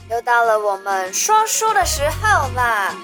又到了我们说书的时候啦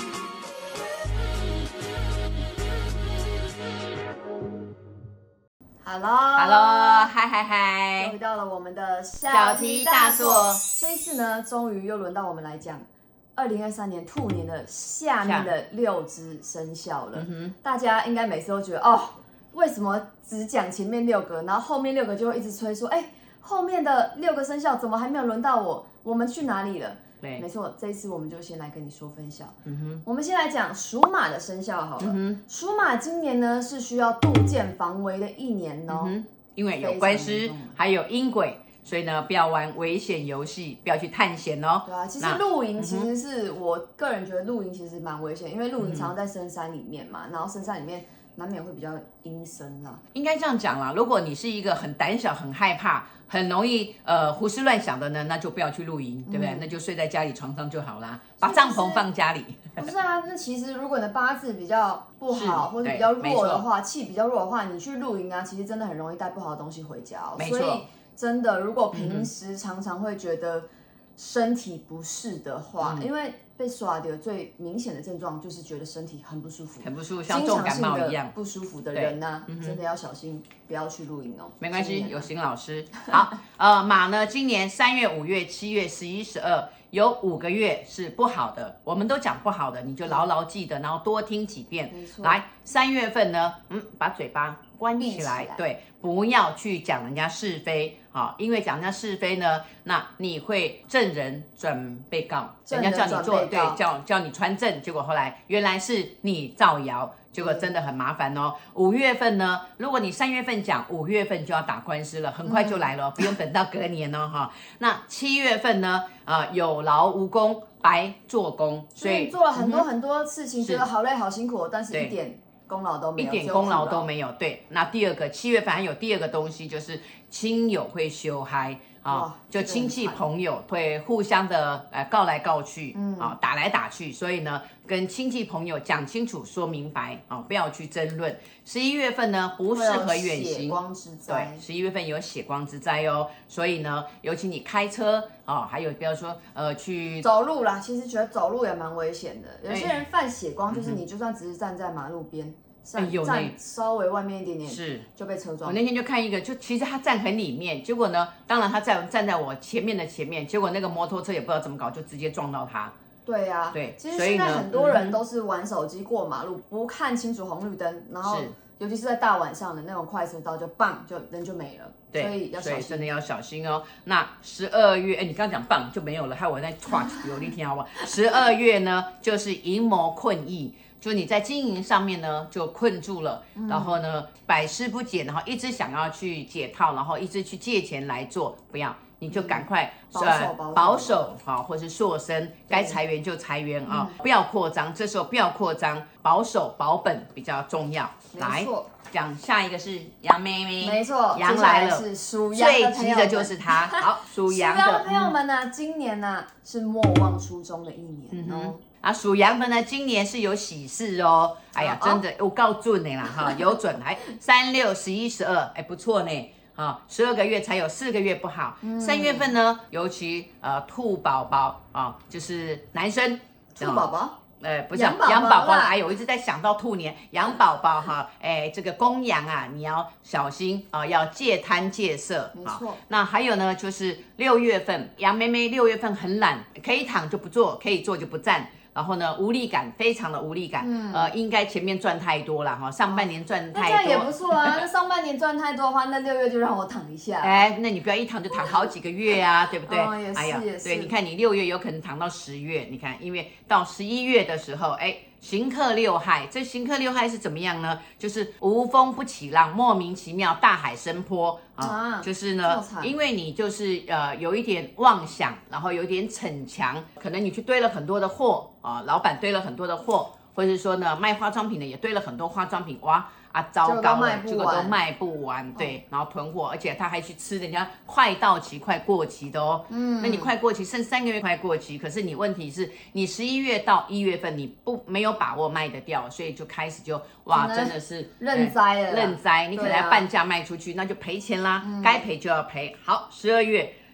！Hello，嗨， 又回到了我们的小题大做。 这一次呢，终于又轮到我们来讲2023年兔年的下面的6只生肖了。大家应该每次都觉得为什么只讲前面6个，然后后面6个就会一直催说，后面的6个生肖怎么还没有轮到我？我们去哪里了？对，没错，这一次我们就先来跟你说分晓。我们先来讲属马的生肖好了。属马今年呢是需要杜渐防微的一年哦， 因为有官司，还有阴鬼，所以呢不要玩危险游戏，不要去探险哦。 对啊，其实露营其实是我个人觉得露营其实蛮危险，因为露营常常在深山里面嘛，然后深山里面难免会比较阴森啦。 应该这样讲啦，如果你是一个很胆小、很害怕、很容易胡思乱想的呢，那就不要去露营，对不对？那就睡在家里床上就好啦，把帐篷放家里。 不是啊，那其实如果你的八字比较不好或者比较弱的话，气比较弱的话，你去露营啊，其实真的很容易带不好的东西回家哦。所以真的，如果平时常常会觉得身体不适的话，因为被刷掉最明显的症状就是觉得身体很不舒服， 像重感冒一样不舒服的人呢，真的要小心，不要去露营哦。 没关系，有邢老师。好，马呢，今年3月、5月、7月、11、12有5个月是不好的，我们都讲不好的，你就牢牢记得，然后多听几遍。来，3月份呢，把嘴巴关起来，对，不要去讲人家是非，因为讲人家是非呢，那你会证人转被告，人家叫你做，对，叫你传证，结果后来原来是你造谣，结果真的很麻烦哦。5月份呢，如果你3月份讲，5月份就要打官司了，很快就来了，不用等到隔年哦，那7月份呢，有劳无功，白做工， 所以做了很多很多事情，觉得好累好辛苦，但是一点功劳都没有， 一点功劳都没有。对，那第二个7月份还有第二个东西，就是亲友会修嗨就亲戚朋友会互相的告来告去，打来打去，所以呢，跟亲戚朋友讲清楚说明白不要去争论。11月份呢不适合远行， 血光之灾。 对，11月份有血光之灾哦，所以呢，尤其你开车还有比如说去走路啦，其实觉得走路也蛮危险的。有些人犯血光，就是你就算只是站在马路边。站稍微外面一点点是就被车撞。 我那天就看一个，就其实他站很里面，结果呢，当然他站在我前面的前面，结果那个摩托车也不知道怎么搞，就直接撞到他。 对啊，对，其实现在很多人都是玩手机过马路，不看清楚红绿灯，然后尤其是在大晚上的那种快车道，就棒就人就没了。对，所以要小心， 真的要小心哦。那12月，你刚刚讲棒就没有了，害我在 touch 有一天好不好？12月呢，就是淫谋困意。就你在经营上面呢就困住了，然后呢百思不解，然后一直想要去解套，然后一直去借钱来做，不要，你就赶快保守或是塑身，该裁员就裁员不要扩张，这时候不要扩张，保守保本比较重要。来讲下一个是杨妹妹， 没错， 羊来了， 是属羊的最急的就是她。好，属羊的朋友们呢，今年呢是莫忘初衷的一年哦。 属羊的呢，今年是有喜事哦。哎呀，真的我告准你啦有准，还3、6、11、12，不错呢。12个月才有4个月不好。3月份呢，尤其兔宝宝就是男生。 兔宝宝。 不是羊宝宝啦，我一直在想到兔年羊宝宝这个公羊啊，你要小心要戒贪戒色。 没错。 那还有呢，就是6月份，羊妹妹6月份很懒，可以躺就不做，可以坐就不站。然后呢，无力感，非常的无力感。应该前面赚太多了上半年赚太多。 那这样也不错啊。那上半年赚太多的话，那6月就让我躺一下。 那你不要一躺就躺好几个月啊，对不对？ 也是。 对，你看你6月有可能躺到10月，你看，因为到11月的时候，刑克6害，这刑克6害是怎么样呢？就是无风不起浪，莫名其妙大海升波就是呢，因为你就是有一点妄想，然后有一点逞强，可能你去堆了很多的货老板堆了很多的货，或者是说呢卖化妆品的也堆了很多化妆品，哇糟糕了，这个都卖不完，对，然后囤货，而且他还去吃人家快到期、快过期的哦。那你快过期，剩3个月快过期，可是你问题是你11月到1月份你没有把握卖得掉，所以就开始就真的是认栽了， 认栽，你可能要半价卖出去，那就赔钱啦，该赔就要赔。好，12月。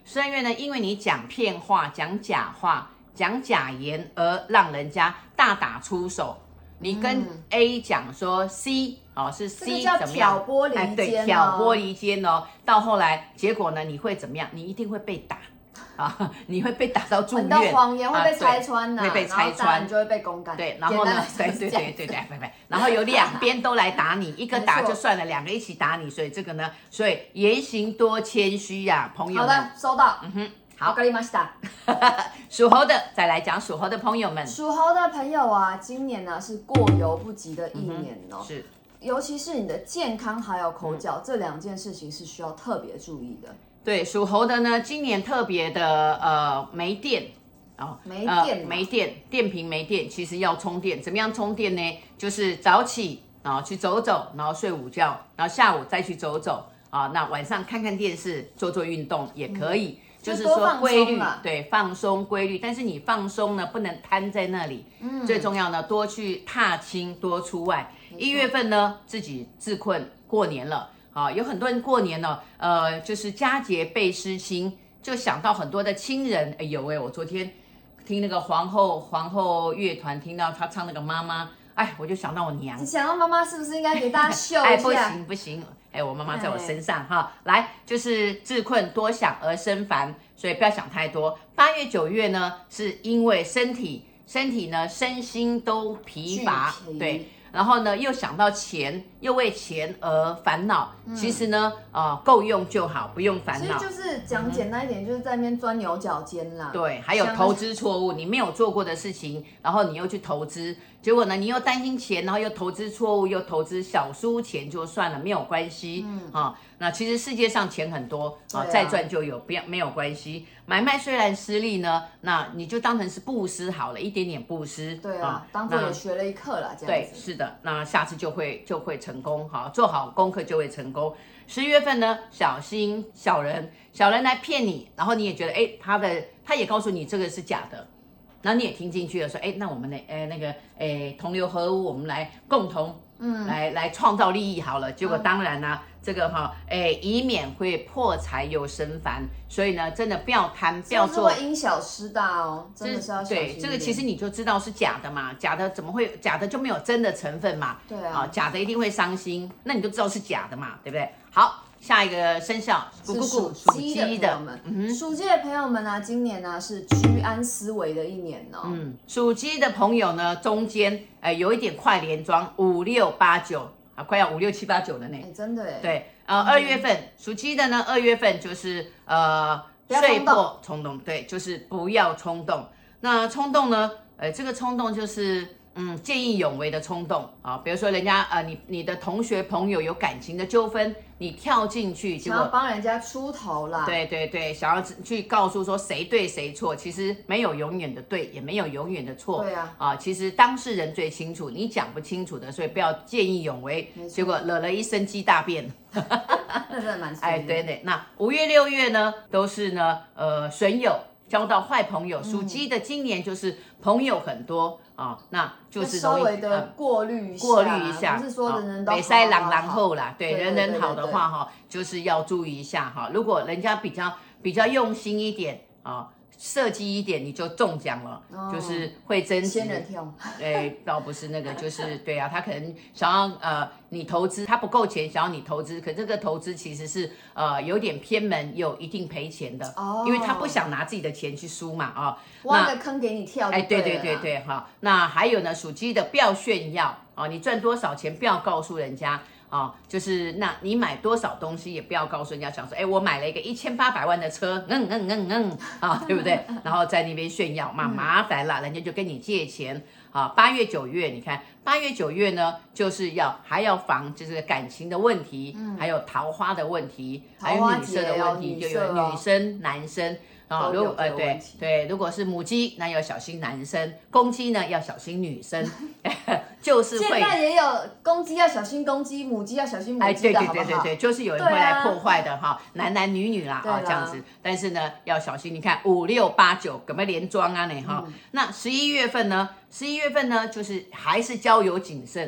12月呢，因为你讲骗话、讲假话、讲假言而让人家大打出手。你跟 A 讲说 C 是 C 怎么样？ 挑拨离间， 对，挑拨离间哦。到后来结果呢，你会怎么样？你一定会被打。你会被打到住院， 你的谎言会被拆穿会被拆穿， 你就会被公干。 对，然后呢，对，然后有2边都来打你，一个打就算了，2个一起打你，所以这个呢，所以言行多谦虚呀，朋友们。 好的，收到。 好， わかりました。 属猴的，再来讲属猴的朋友们。 属猴的朋友啊，今年呢是过犹不及的一年哦。 是， 尤其是你的健康还有口角这2件事情是需要特别注意的。 对，属猴的呢，今年特别的没电没电，电瓶没电，其实要充电。怎么样充电呢？就是早起去走走，然后睡午觉，然后下午再去走走那晚上看看电视，做运动也可以。就是说规律，对，放松规律。但是你放松呢，不能瘫在那里。最重要呢，多去踏青，多出外。1月份呢，自己自困，过年了。有很多人过年呢，就是佳节倍思亲，就想到很多的亲人。我昨天听那个皇后乐团，听到他唱那个妈妈，我就想到我娘。 你想到妈妈是不是应该给大家秀一下？ 不行，我妈妈在我身上来，就是自困多想而生烦，所以不要想太多。8月9月呢，是因为身体呢身心都疲乏，对。然后呢，又想到钱，又为钱而烦恼。其实呢，够用就好，不用烦恼。 其实就是讲简单一点，就是在那边钻牛角尖啦。 对，还有投资错误，你没有做过的事情，然后你又去投资，结果呢，你又担心钱，然后又投资错误，又投资小输钱就算了，没有关系。那其实世界上钱很多再赚就有，没有关系。买卖虽然失利呢，那你就当成是布施好了，一点点布施。 对当作也学了一课啦，这样子。 对，是的，那下次就会成功做好功课就会成功。11月份呢，小心小人来骗你，然后你也觉得他也告诉你这个是假的，然后你也听进去了，说那我们同流合污，我们来共同来创造利益好了。结果当然呢，这个以免会破财又生烦，所以呢，真的不要贪，不要做， 因小失大哦，真的是要小心一点。 对，这个其实你就知道是假的嘛，假的怎么会假的就没有真的成分嘛？ 对假的一定会伤心，那你就知道是假的嘛，对不对？好，下一个生肖属鸡的朋友们， 属鸡的朋友们呢，今年呢是居安思危的一年哦。 属鸡的朋友呢，中间有一点快连庄，5、6、8、9。快要5、6、7、8、9了呢， 真的对，2月份属鸡的呢，2月份就是睡破冲动，对，就是不要冲动。那冲动呢，这个冲动就是见义勇为的冲动比如说人家你的同学朋友有感情的纠纷，你跳进去， 想要帮人家出头啦。 对，想要去告诉说谁对谁错，其实没有永远的对，也没有永远的错。 对其实当事人最清楚，你讲不清楚的，所以不要见义勇为，结果惹了一身鸡大便。 那真的蛮对。那5月6月呢，都是呢损友。交到坏朋友，属鸡的今年就是朋友很多那就是稍微的过滤一下，不是说人人都好， 北塞狼后啦，对，人人好的话就是要注意一下如果人家比较用心一点设计一点，你就中奖了，就是会增值。 仙人跳， 倒不是那个，就是对他可能想要你投资，他不够钱想要你投资，可这个投资其实是有点偏门，有一定赔钱的，因为他不想拿自己的钱去输嘛挖个坑给你跳就对了。 对那还有呢，属鸡的不要炫耀你赚多少钱不要告诉人家。就是那你买多少东西也不要告诉人家，想说我买了一个1800万的车，对不对？然后在那边炫耀嘛，麻烦了，人家就跟你借钱8月9月，你看8月9月呢，就是还要防就是感情的问题，还有桃花的问题，还有女色的问题，就有女生男生。对，如果是母鸡，那要小心男生；公鸡呢，要小心女生。就是会。 现在也有公鸡要小心公鸡，母鸡要小心母鸡的， 对，就是有人会来破坏的男女啦这样子。但是呢，要小心。你看5、6、8、9，怎么连庄那11月份呢？11月份呢，就是还是交友谨慎。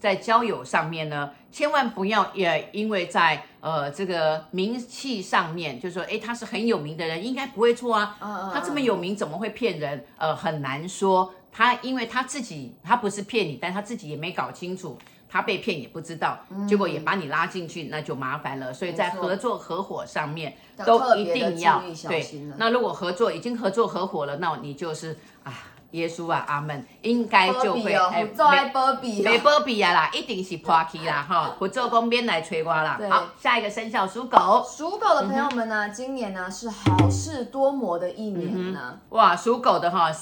在交友上面呢，千万不要也因为在这个名气上面，就说他是很有名的人，应该不会错啊。他这么有名，怎么会骗人？很难说。因为他自己他不是骗你，但他自己也没搞清楚。他被骗也不知道，结果也把你拉进去，那就麻烦了。所以在合作合伙上面都一定要对。那如果已经合作合伙了，那你就是耶稣啊，阿门，应该就会没保庇啊啦，一定是破去啦哈，不做公免来催我啦。好，下一个生肖属狗。 属狗的朋友们呢，今年呢是好事多磨的一年呢。 哇，属狗的哈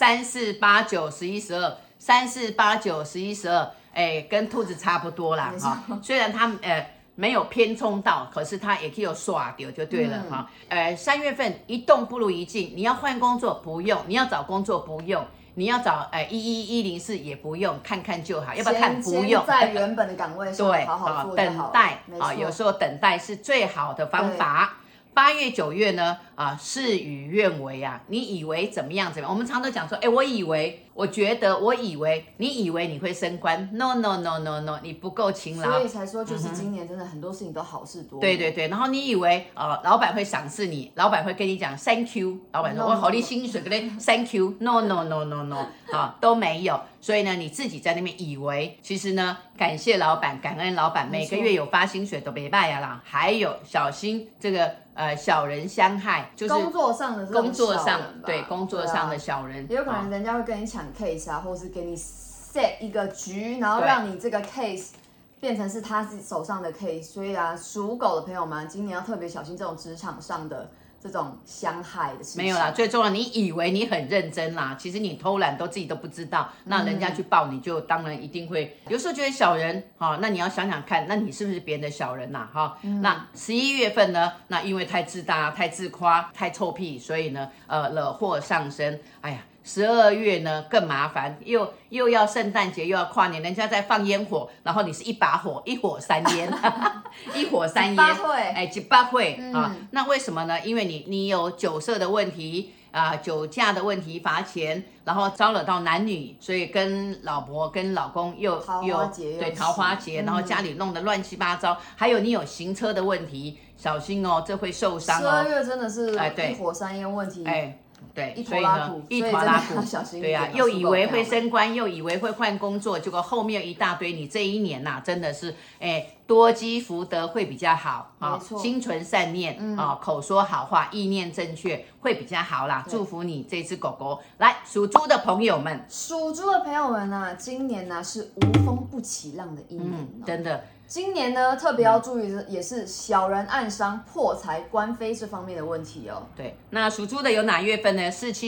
，3、4、8、9、11、12，3、4、8、9、11、12，跟兔子差不多啦哈。虽然他没有偏冲到，可是他也可以有耍掉就对了哈。3月份一动不如一静，你要换工作不用，你要找工作不用。你要找11104也不用，看看就好，要不要看？不用， 在原本的岗位上好好做就好了。 等待有时候等待是最好的方法。8月9月呢事与愿违啊，你以为怎么样？我们常都讲说，我以为，我觉得，我以为，你以为你会升官 ，no， 你不够勤劳， 所以才说就是今年真的很多事情都好事多。 对，然后你以为老板会赏识你，老板会跟你讲 thank you， 老板说我好你薪水，给你 thank you，no， 都没有。所以呢，你自己在那边以为，其实呢，感谢老板，感恩老板，每个月有发薪水都没败呀啦。还有小心这个小人相害，就是工作上的工作上的小人， 也有可能人家会跟你抢 case 啊，或是给你 set 一个局，然后让你这个 case 变成是他自己手上的 case。所以属狗的朋友们，今年要特别小心这种职场上的这种相害的事情。 没有啦，最重要，你以为你很认真啦，其实你偷懒自己都不知道，那人家去报你就当然一定会，有时候觉得小人那你要想想看，那你是不是别人的小人呐那11月份呢，那因为太自大、太自夸、太臭屁，所以呢惹祸上身。哎呀，12月呢更麻烦，又要圣诞节又要跨年，人家在放烟火，然后你是一把火，一火三烟，一火三烟，一把火那为什么呢？因为你有酒色的问题酒驾的问题罚钱，然后招惹到男女，所以跟老婆跟老公又桃花节，然后家里弄得乱七八糟，还有你有行车的问题，小心哦，这会受伤 12月真的是一火三烟问题。 对， 一坨拉苦， 一坨拉苦， 对啊，又以为会升官，又以为会换工作，结果后面一大堆，你这一年真的是多积福德会比较好心存善念口说好话，意念正确会比较好啦。祝福你这只狗狗。来，属猪的朋友们， 今年是无风不起浪的一年真的。 今年呢，特别要注意的也是小人暗伤、破财、官非这方面的问题哦。 对，那属猪的有哪月份呢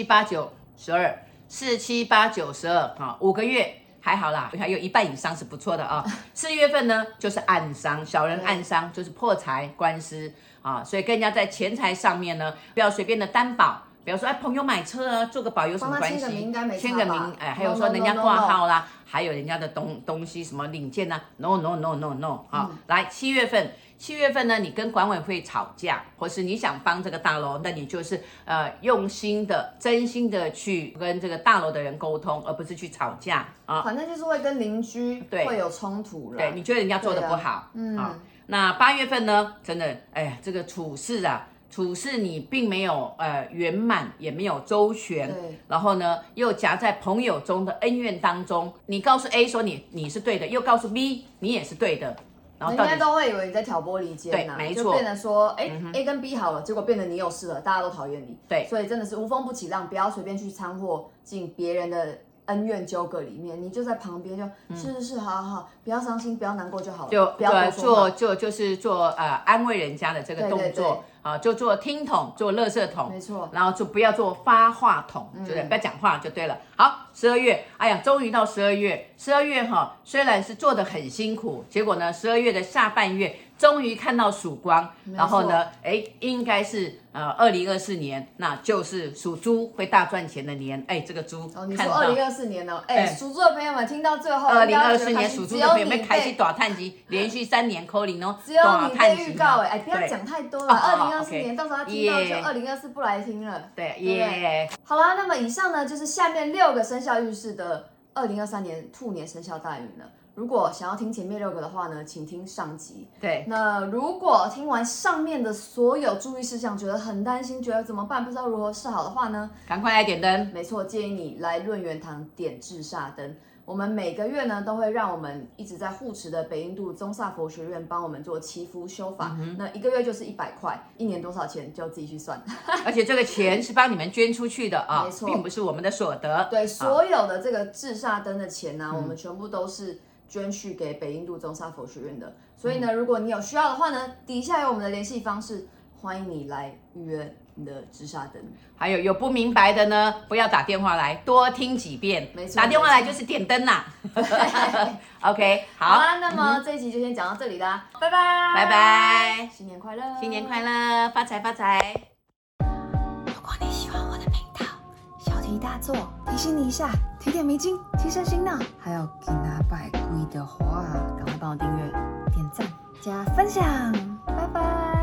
？4、7、8、9、12，4、7、8、9、12，5个月还好啦，还有一半以上是不错的啊。4月份呢，就是暗伤，小人暗伤就是破财、官司所以跟人家在钱财上面呢，不要随便的担保。比如说，朋友买车啊，做个保有什么关系？签个名，还有说人家挂号啦，还有人家的东西什么领件啊 ，no， 来7月份呢，你跟管委会吵架，或是你想帮这个大楼，那你就是用心的、真心的去跟这个大楼的人沟通，而不是去吵架反正就是会跟邻居会有冲突了。 对，你觉得人家做的不好，那8月份呢，真的，这个处事你并没有圆满，也没有周全，然后呢又夹在朋友中的恩怨当中，你告诉 A 说你是对的，又告诉 B 你也是对的，然后人家都会以为你在挑拨离间对，没错， 就变得说A 跟 B 好了，结果变得你有事了，大家都讨厌你。 对， 所以真的是无风不起浪，不要随便去掺和进别人的恩怨纠葛里面，你就在旁边就是好，不要伤心，不要难过就好了， 就不要就是做安慰人家的这个动作。就做听筒，做垃圾桶， 没错， 然后就不要做发话筒，对不对？不要讲话就对了。好，12月，哎呀，终于到12月虽然是做得很辛苦，结果呢，12月的下半月终于看到曙光，然后呢，应该是2024年，那就是属猪会大赚钱的年。这个猪， 你说2024年哦，属猪的朋友们听到最后 ，2024年属猪的朋友们开始大探级，连续3年扣零哦， 只有你被预告不要讲太多了，2024年到时候他听到就2024不来听了， 对， 好啦，那么以上呢就是下面6个生肖运势的2023年兔年生肖大运了。 如果想要听前面6个的话呢，请听上集。 对， 那如果听完上面的所有注意事项，觉得很担心，觉得怎么办，不知道如何是好的话呢， 赶快来点灯。 没错，建议你来润园堂点至煞灯。我们每个月呢，都会让我们一直在护持的北印度宗萨佛学院帮我们做祈福修法。那1个月就是100块，1年多少钱就自己去算。 而且这个钱是帮你们捐出去的啊， 没错， 并不是我们的所得。 对，所有的这个至煞灯的钱呢，我们全部都是捐去给北印度宗萨佛学院的。所以呢，如果你有需要的话呢，底下有我们的联系方式，欢迎你来预约你的至煞灯。 还有不明白的呢，不要打电话来，多听几遍。 没错， 打电话来就是点灯啦。OK， 好啦，那么这一集就先讲到这里啦，拜拜， 拜拜， 新年快乐， 新年快乐，发财发财。 如果你喜欢我的频道，小题大做，提醒你一下，提点迷津，提升心脑。还有给拿百贵的话，赶快帮我订阅、点赞、加分享，拜拜。